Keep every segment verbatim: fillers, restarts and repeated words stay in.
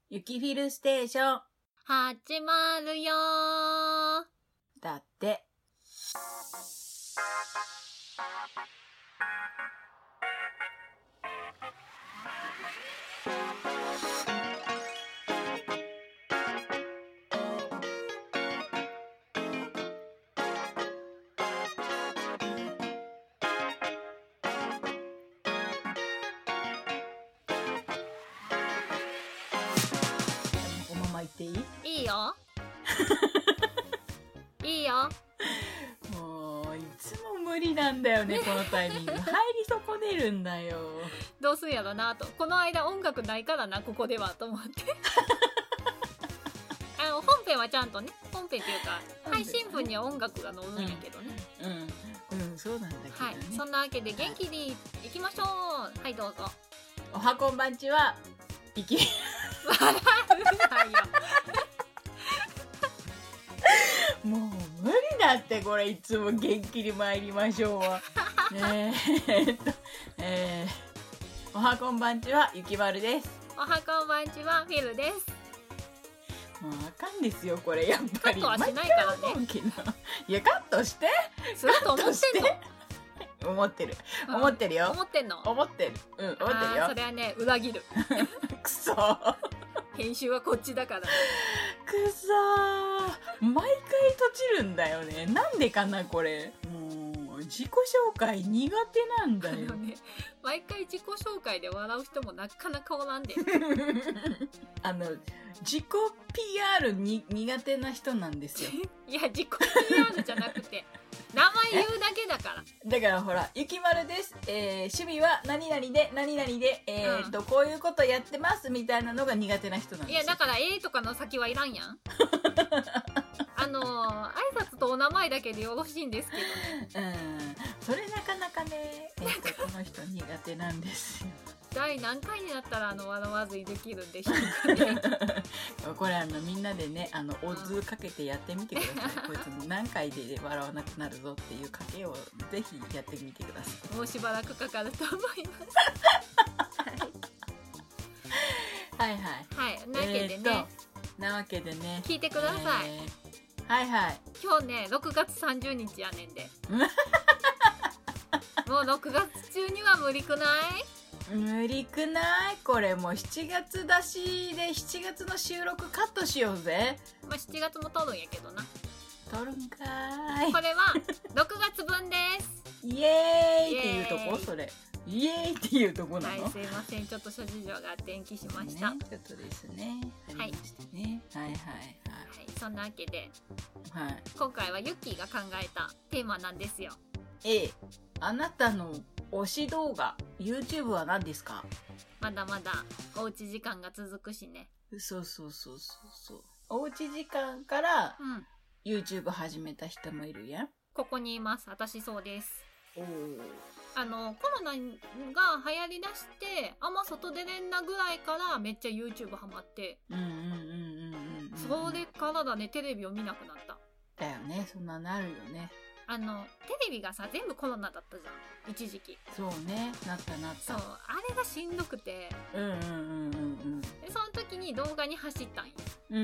雪フィルステーション始まるよーだって。このまま言っていい？ いいよいいよ。 もういつも無理なんだよねこのタイミング入り損ねるんだよ。 どうすんやろなと。この間音楽ないからなここではと思ってあの本編はちゃんとね、本編っていうか配信分には音楽が載るんやけどね。 うんうん、うん、そうなんだけどね。 はい、そんなわけで元気にいきましょう。はい、どうぞ。 おはこんばんちは。いき笑うなよもう無理だってこれいつも元気に参りましょうはねええっとえー、おはこんばんちはゆきまるです。 おはこんばんちはフィルです。 もうあかんですよこれやっぱりカットはしないからね。 毎回思うけどいやカットしてすると思ってんの？ 思ってる思ってるよ、 思ってんの？ 思ってるうん思ってるよ。 あ、それはね裏切るくそ編集はこっちだから。 くそー毎回閉じるんだよね。なんでかなこれ。もう自己紹介苦手なんだよあのね、毎回自己紹介で笑う人もなかなかおらんであの自己 ピーアール に苦手な人なんですよいや自己 ピーアール じゃなくて名前言うだけだから。 だからほらゆきまるです、えー、趣味は何々で何々で、えーっと、うん、こういうことやってますみたいなのが苦手な人なんですよ。 いやだから A とかの先はいらんやんあのー、挨拶とお名前だけでよろしいんですけどね。 うん、それなかなかね、えー、とこの人苦手なんですよ第何回になったらあの笑わずにできるんでしょうかねこれあのみんなでねあのオッズかけてやってみてくださいこいつ何回で笑わなくなるぞっていう賭けをぜひやってみてください。 もうしばらくかかると思いますはいはいはいなわけでね、えー、 なわけでね聞いてください、 えー、はいはい今日ねろくがつさんじゅうにちやねんでもうろくがつ中には無理くない？ 無理くない？これもうしちがつだしでしちがつの収録カットしようぜ。 まあしちがつも撮るんやけどな。 撮るんかーい。 これはろくがつぶんです。 イエーイっていうとこ？それイエーイっていうとこなの？ はい、すいませんちょっと諸事情があって延期しました、 ね、ちょっとですね。 はい、 ね、はいはいはい、はい、 そんなわけで、 はい、 今回はユッキーが考えたテーマなんですよ。 ええ、あなたの推し動画 YouTube は何ですか？ まだまだおうち時間が続くしね。 そうそうそうそうそう。おうち時間から、 うん、 YouTube 始めた人もいるやん。 ここにいます。私そうです。 おー。 あのコロナが流行りだしてあんま外出れんなぐらいからめっちゃ YouTube ハマって、 うんうんうんうんうん、うん、 それからだねテレビを見なくなった。 だよね、そんななるよね。 あのテレビがさ全部コロナだったじゃん一時期。 そうね、なったなった。 そうあれがしんどくて、 うんうんうんうんうん。でその時に動画に走ったんよ。 うん。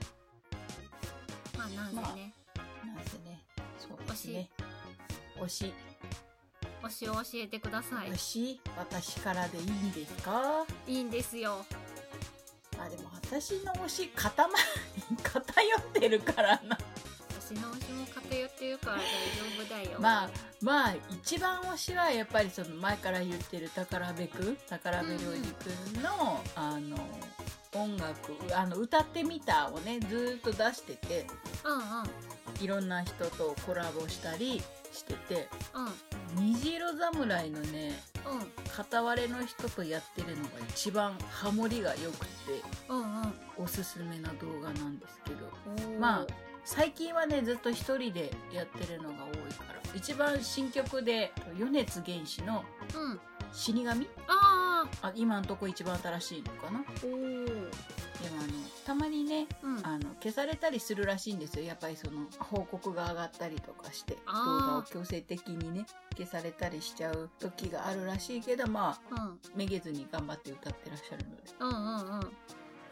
まあなんせね、 まあ、なんせね、そうですね。推し推しを教えてください。 推し私からでいいんですか？ いいんですよ。 あでも私の推し偏偏ってるからな。 私の推しも偏ってるから大丈夫だよ。 まあまあ一番推しはやっぱりその前から言ってる宝部くん宝部良二くんの、うん、あの音楽あの歌ってみたをねずっと出してて、 うんうん、 いろんな人とコラボしたりしてて、 うん、 虹色侍のね、うん、片割れの人とやってるのが一番ハモリが良くて、うんうん、おすすめな動画なんですけど、まあ最近はねずっと一人でやってるのが多いから一番新曲で米津玄師の死神、うん、ああ今のとこ一番新しいのかな。おでもあのたまにね、うん、あの消されたりするらしいんですよ。やっぱりその報告が上がったりとかして動画を強制的にね消されたりしちゃう時があるらしいけどまあ、うん、めげずに頑張って歌ってらっしゃるので、うんうんうん、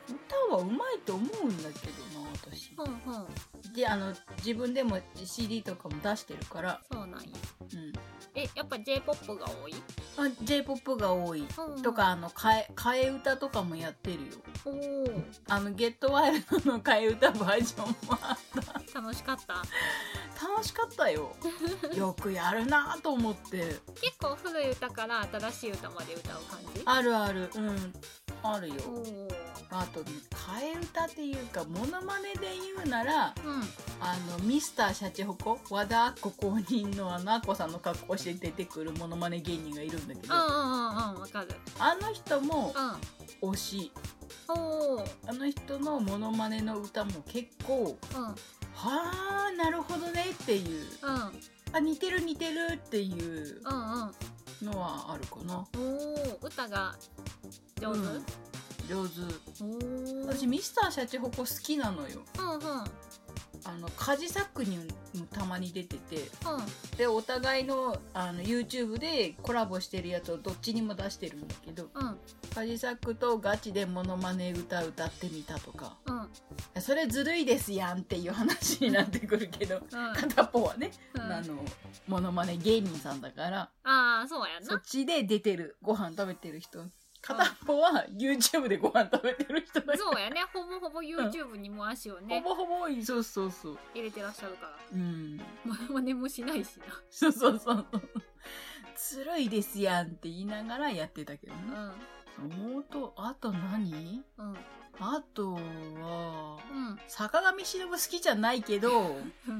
歌はうまいと思うんだけどな私。 うんうん。 であの自分でも シーディー とかも出してるから。 そうなんや。 うん。 え、やっぱ J-ポップ が多い？ あ J-ポップ が多い、うんうん、とかあの替え替え歌とかもやってるよ。おお。あのゲットワイルドの替え歌バージョンもあった。 楽しかった。 楽しかったよ。よくやるなと思って。 結構古い歌から新しい歌まで歌う感じ？ あるある、うん、あるよ。あとね、替え歌っていうかモノマネで言うなら、うん、あのミスターシャチホコ和田アッコ公認のあのアッコさんの格好して出てくるモノマネ芸人がいるんだけど、 うんうんうんうん、わかる。 あの人も推し、うん、おあの人のモノマネの歌も結構、うん、はあなるほどねっていう、うん、あ似てる似てるっていうのはあるかな。 お歌が上手、うん、 上手。私ミスターシャチホコ好きなのよ。うんうん。あのカジサックにもたまに出てて、うん、でお互いのあの YouTube でコラボしてるやつをどっちにも出してるんだけど、うん、カジサックとガチでモノマネ歌歌ってみたとか、うん、それずるいですやんっていう話になってくるけど、うん、片方はね、うん、あのモノマネ芸人さんだから、 あーそうやな、 そっちで出てるご飯食べてる人、片っぽは YouTube でご飯食べてる人だから。 そうやね、ほぼほぼ YouTube にも足をね、 ほぼほぼそうそうそう入れてらっしゃるから、 うん、 真似もしないしな。 そうそうそうずるいですやんって言いながらやってたけどね、うん、思うとあと何、うん、あとは、うん、坂上忍好きじゃないけど、うん、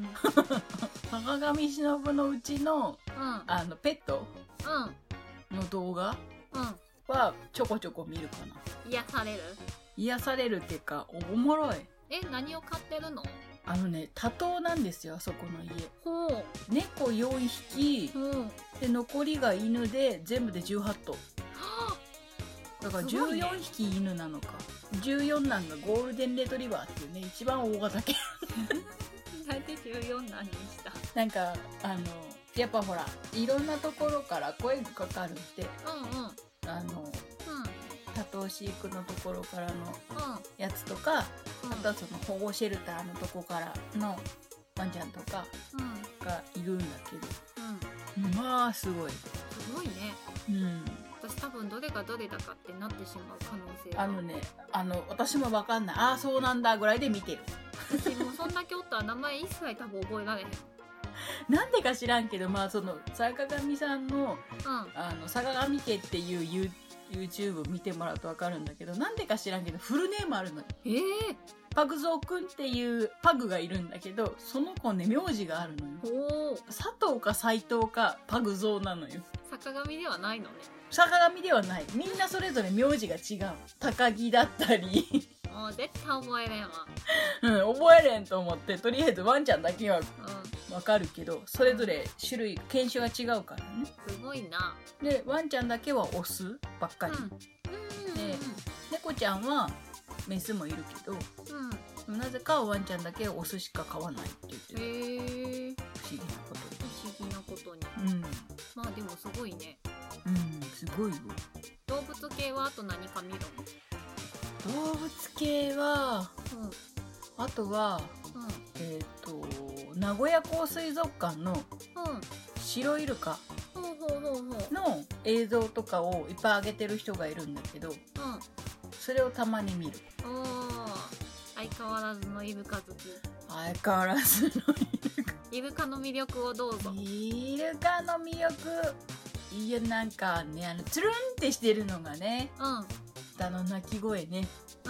坂上忍のうちの、うん、あのペット、うん、の動画、うんはちょこちょこ見るかな。 癒される？ 癒されるっていうかおもろい。 え、何を飼ってるの？ あのね、多頭なんですよ、あそこの家。ほう。猫よんひき、うん、で残りが犬で全部でじゅうはちとう。はあ、だからじゅうよんひき犬なのか。じゅうよんなんがゴールデンレトリバーっていうね、一番大型犬。 なんでじゅうよんなんにした？ なんかあのやっぱほらいろんなところから声がかかるって。うんうん。あの、うん、多頭飼育のところからのやつとか、うん、あとはその保護シェルターのとこからのワンちゃんとかがいるんだけど、うん、まあすごいすごいね、うん、私多分どれがどれだかってなってしまう可能性があのね、あの私も分かんない、ああそうなんだぐらいで見てる。 私もうそんだけおったら名前一切多分覚えられへん。 なんでか知らんけど、まあその坂上さんの、うん、あの坂上家っていう YouTube 見てもらうと分かるんだけど、なんでか知らんけどフルネームあるのよ。えー、パグゾウくんっていうパグがいるんだけど、その子ね名字があるのよ。佐藤か斉藤かパグゾウなのよ。 坂上ではないのね。 坂上ではない。みんなそれぞれ名字が違う。高木だったりもう絶対覚えれんわ。 うん、覚えれんと思って、とりあえずワンちゃんだけは、うんわかるけど、それぞれ種類犬種が違うからね。 すごいな。 でワンちゃんだけはオスばっかり、うん、で猫ちゃんはメスもいるけど、うん、なぜかワンちゃんだけオスしか飼わないって言ってる。へー、不思議なこと不思議なことに、うん、まあでもすごいね。 うんすごいよ。 動物系はあと何か見るの？動物系は、うん、あとは、うん、えっと名古屋港水族館のシロイルカの映像とかをいっぱい上げてる人がいるんだけど、うん、それをたまに見る。 お相変わらずのイルカ好き。 相変わらずのイルカ。 イルカの魅力をどうぞ。 イルカの魅力、いやなんかね、あのつるんってしてるのがね、うん、あの鳴き声ね、うん、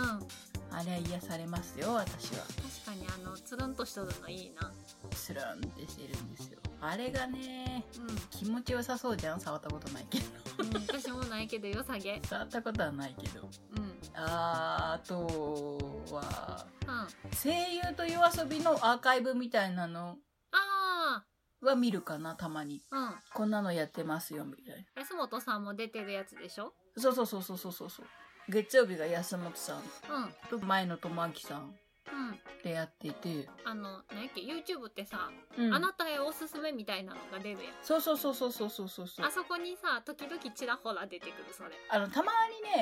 あれは癒されますよ私は。 確かにあのつるんとしとるのいいな。 つるんってしてるんですよ。あれがね、うん、気持ちよさそうじゃん。触ったことないけど、 うん、私もないけどよさげ。 触ったことはないけど、うん、あ, あとは、うん、声優と夜遊びのアーカイブみたいなのあは見るかなたまに、うん、こんなのやってますよみたいな。安本さんも出てるやつでしょ。 そうそうそうそうそうそう。月曜日が安本さん、うん、と前野智明さんでやってて、 あの何やっけ YouTube ってさ、うん、あなたへおすすめみたいなのが出るやん。 そうそうそうそうそうそうそう。 あそこにさ時々ちらほら出てくる。それあのたまにね、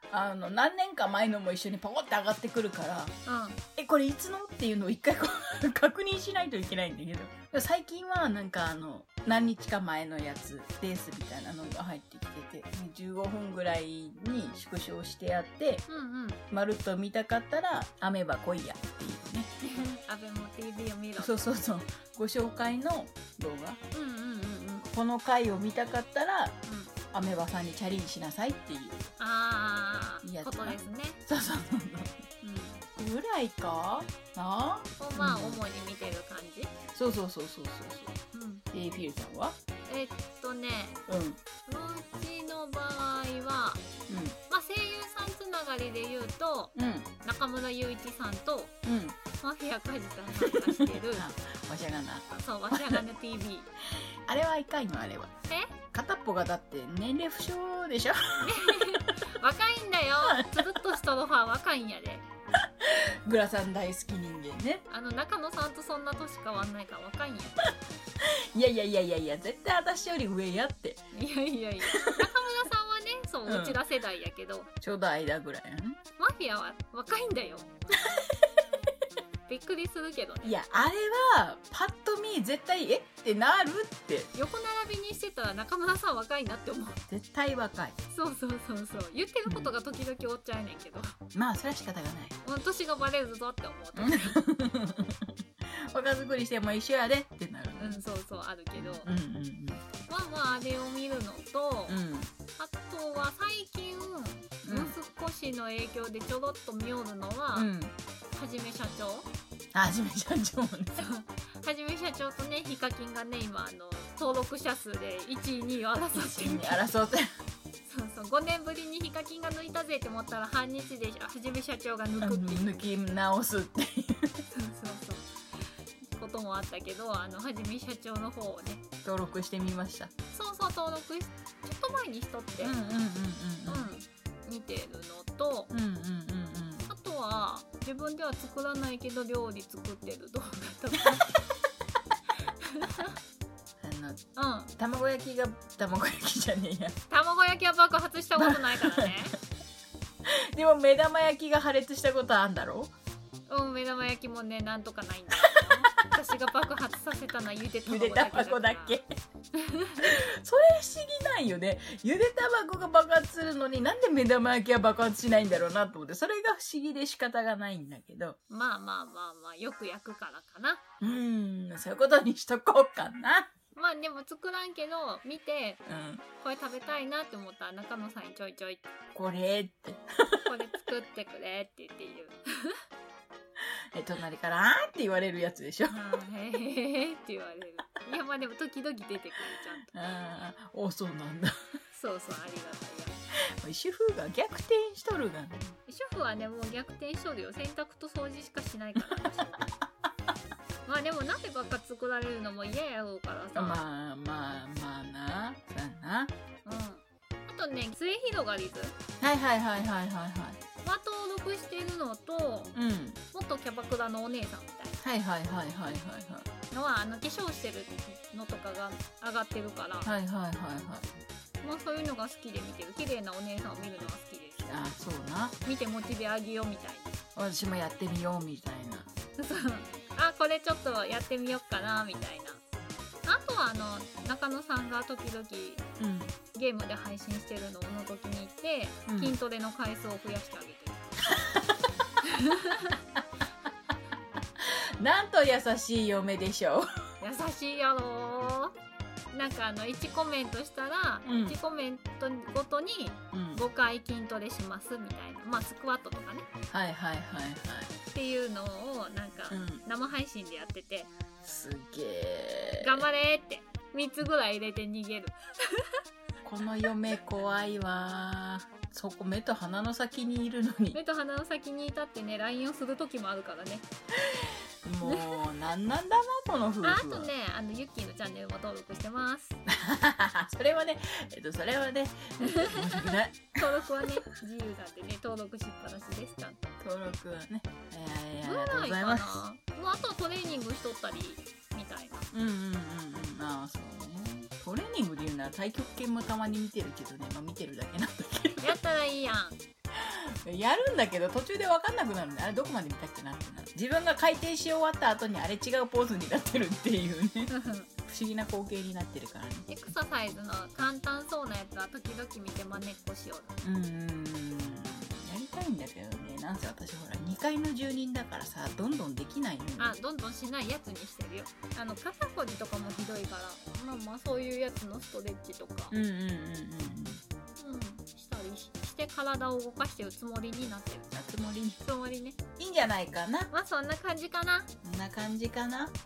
あの何年か前のも一緒にパコって上がってくるから、 うん、 えこれいつのっていうのを一回こう確認しないといけないんだけど、最近はなんかあの何日か前のやつレースみたいなのが入ってきてて、じゅうごふんぐらいに縮小してやって、 うんうん、 まるっと見たかったらアメバ来いやっていうねアベモ ティービー を見ろ。 そうそうそう、ご紹介の動画、 うんうんうんうん、 この回を見たかったら、 うん、 アメバさんにチャレンジしなさいっていうあーことですね。 そうそうそう、うん、ぐらいかなをまあ、うん、主に見てる感じ。 そうそうそうそうそうそう、うん、えー、フィルさんはえっとね、うん、うちの場合は、うん、まあ声優さんつながりで言うと、うん、中村雄一さんと、うん、マフィアカジさんがしてるわしゃがな、 そうわしゃがな ティービーあれはいかいの、あれはえ片っぽがだって年齢不詳でしょ若いんだよ、つるっとしたロファー若いんやでグラさん大好き人間ね。 あの中野さんとそんな年変わんないから若いんやいやいやいやいやいや、絶対私より上やって。 いやいやいや、中村さんはね、そう、うん、うちら世代やけどちょうど間ぐらいやね。 マフィアは若いんだよびっくりするけどね。 いや、あれはパッと見絶対えってなるって。 横並びにしてたら中村さん若いなって思う。 絶対若い。 そうそうそうそう、言ってることが時々おっちゃうねんけど、 うん、まあそれは仕方がない。 年がバレるぞって思う若作りしても一緒やでってなる。 うん、そうそう、あるけど、 うんうんうん、 まあまああれを見るのと、うん、あとは最近、うん、もう少しの影響でちょろっと見よるのは、うん、はじめ社長はじめ社長ねはじめ社長とね、ヒカキンがね、今あの登録者数でいちいにいを争ってみて争ってそうそう、ごねんぶりにヒカキンが抜いたぜって思ったら半日ではじめ社長が抜くっていう、 抜き直すっていうそうそうそうこともあったけど、あのはじめ社長の方をね登録してみました。 そうそう、登録しちょっと前にしとって、うんうんうんうん、うん、見てるのと、うんうんうんうん、あとは自分では作らないけど料理作ってる動画とかあの、うん、 卵焼きが卵焼きじゃねえや卵焼きは爆発したことないからねでも目玉焼きが破裂したことあんだろ。 うん、目玉焼きもね、なんとかないんだよ私が爆発させたのはゆで卵だけだから。ゆで卵だけそれ不思議なんよね。ゆで卵が爆発するのになんで目玉焼きは爆発しないんだろうなと思って、それが不思議で仕方がないんだけど、まあまあまあまあよく焼くからかな。うーん、そういうことにしとこうかな。まあでも作らんけど見て、うん、これ食べたいなって思ったら中野さんにちょいちょいこれってこれ作ってくれって言って言うえ、隣からあーって言われるやつでしょ。へへへって言われる。いやまあでも時々出てくる、ちゃんと。ああ、お、そうなんだ。そうそう、ありがたいや。主婦が逆転しとるがね。主婦はね、もう逆転しとるよ。洗濯と掃除しかしないから私まあでも鍋ばっか作られるのも嫌やろうからさ。まあまあまあな、そうやな。うん。あとね、末広がりず、はいはいはいはいはいはいは登録してるのと、うん、元キャバクラのお姉さんみたいな、はいはいはいはいはいはいのは、あの化粧してるのとかが上がってるから、はいはいはいはい、まあそういうのが好きで見てる。綺麗なお姉さんを見るのが好きです。あ、そうな。見てモチベ上げようみたいな。私もやってみようみたいな。そう。あ、これちょっとやってみようかなみたいな。あとはあの中野さんが時々、うん、ゲームで配信してるのの時に行って、うん、筋トレの回数を増やしてあげてるなんと優しい嫁でしょう優しいやろ。なんかあのいちコメントしたら、うん、いちコメントごとにごかい筋トレしますみたいな、まあスクワットとかね、はいはいはいはいっていうのをなんか生配信でやってて、すげえ頑張れってみっつぐらい入れて逃げるこの嫁怖いわ。そこ目と鼻の先にいるのに。目と鼻の先にいたってね、 ライン をする時もあるからねもうなんなんだなこの夫婦は。あとね、あのユッキーのチャンネルも登録してますそれはね、えっとそれはね申し訳ない登録はね自由なんでね、登録しっぱなしです。ちゃんと登録はね、えー、ありがとうございます。もうあとはトレーニングしとったりみたいな。うんうんうんうん。ああそうね。トレーニングで言うなら太極拳もたまに見てるけどね、まあ見てるだけなんだけどやったらいいやんやるんだけど途中で分かんなくなるんで、あれどこまで見たっけなってなる。自分が回転し終わった後にあれ違うポーズになってるっていうね不思議な光景になってるからね。 エクササイズの簡単そうなやつは時々見て真似っこしよう。うんうん、やりたいんだけどね、なんせ私ほらにかいの住人だからさ、どんどんできないのよ。 あ、どんどんしないやつにしてるよ。あの肩こりとかもひどいから、まあまあそういうやつのストレッチとかうんうんうんうんうんしたりして体を動かしてるつもりになってる。 つもりにつもりね。 いいんじゃないかな。 まあそんな感じかな。 そんな感じかな。 はい、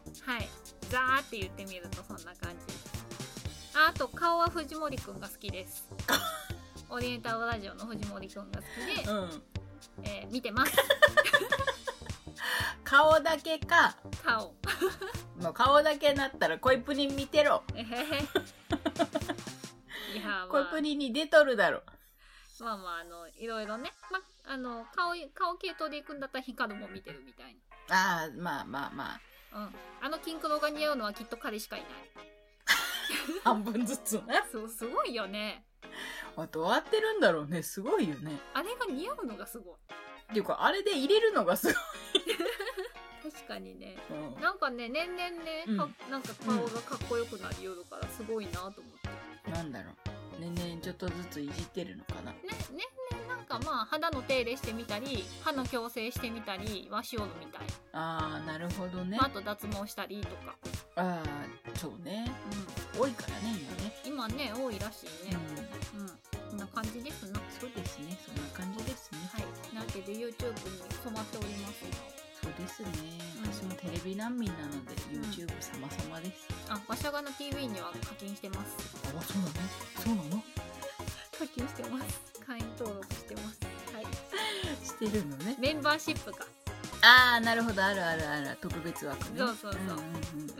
ザーって言ってみるとそんな感じ。あ, あと顔は藤森くんが好きですオリエンタルラジオの藤森くんが好きで、うんえー、見てます顔だけか。 顔もう顔だけなったらコイプニン見てろえへへいや、まあ、 コイプニンに出とるだろ。 まあまああのいろいろね、まあの 顔, 顔系統でいくんだったらヒカルも見てるみたいな。ああ、まあまあまあ、うん、あのキンクロが似合うのはきっと彼しかいない半分ずつね。 そうすごいよね。 あ、どうやってるんだろうね。すごいよね。 あれが似合うのがすごいっていうかあれで入れるのがすごい確かにね、 うん、 なんかね年々ね、うん、なんか顔がかっこよくなりよるからすごいなと思って、 なんだろう、年々ちょっとずついじってるのかな。ね、 年々なんかまあ肌の手入れしてみたり歯の矯正してみたりはしよるみたい。 ああ、なるほどね。 まあ、あと脱毛したりとか。 ああ、そうね、うん、多いからね今ね。今ね多いらしいね。うん、うん、こんな感じですな。 そうですね、そんな感じですね。 はい、なわけで YouTube に染まっておりますよ。 そうですね、うん、私もテレビ難民なので、うん、YouTube 様々です。 あ、わしゃがな ティーブイ には課金してます。 あ、そうなのそうなの課金してます。会員登録してます。はいしてるのね。 メンバーシップか。 ああ、なるほど、あるあるある、特別枠ね。 そうそうそう、うんうんうん、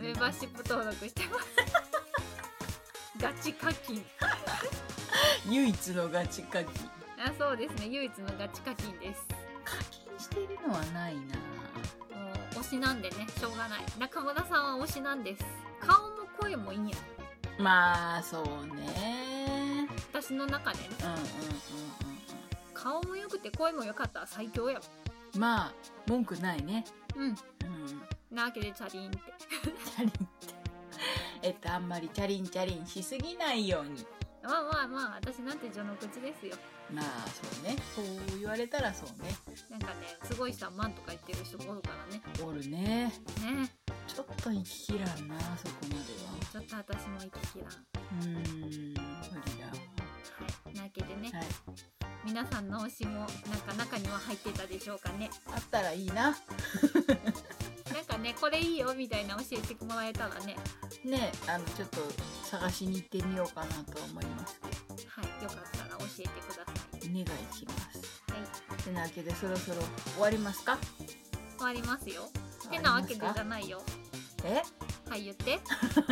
メンバーシップ登録してますガチ課金唯一のガチ課金。 あ、そうですね、唯一のガチ課金です。 課金してるのはないな。 もう推しなんでね、しょうがない。中村さんは推しなんです。顔も声もいいんや。 まあそうね、 私の中でね。うんうんうんうん、顔も良くて声も良かったら最強や。 まあ文句ないね。 うん、うん、なわけでチャリンってチャリンってえっとあんまりチャリンチャリンしすぎないように。 まあまあまあ、私なんて序の口ですよ。 まあそうね、そう言われたらそうね。 なんかね、すごいさんまんとか言ってる人おるからね。 おるね。 ね、 ちょっと行ききらんな、そこまでは。 ちょっと私も行ききらん。 うーん、無理だ。 はい、なわけでね、はい、皆さんの推しもなんか中には入ってたでしょうかね。 あったらいいななんかね、これいいよみたいな教えてもらえたらね。 ね、あのちょっと探しに行ってみようかなと思いますけど。 はい、よかったら教えてください。 お願いします。 はい。 てなわけでそろそろ終わりますか？ 終わりますよ。てなわけでじゃないよ。 え？ はい言って。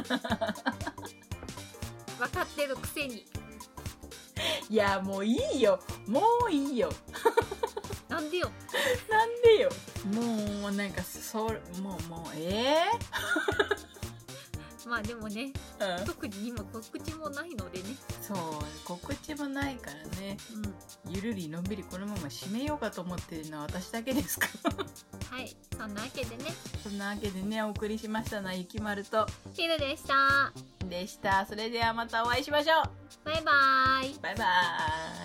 分かってるくせに。 いやもういいよ。もういいよ。 なんでよ。 なんでよ。もうなんかそもうもうえー、まあでもね、うん、特に今告知もないのでね。 そう告知もないからね、うん、ゆるりのんびりこのまま締めようかと思ってるのは私だけですかはい、そんなわけでねそんなわけでねお送りしましたのはゆきまるとひるでしたでした。それではまたお会いしましょう。 バイバーイ。 バイバーイ。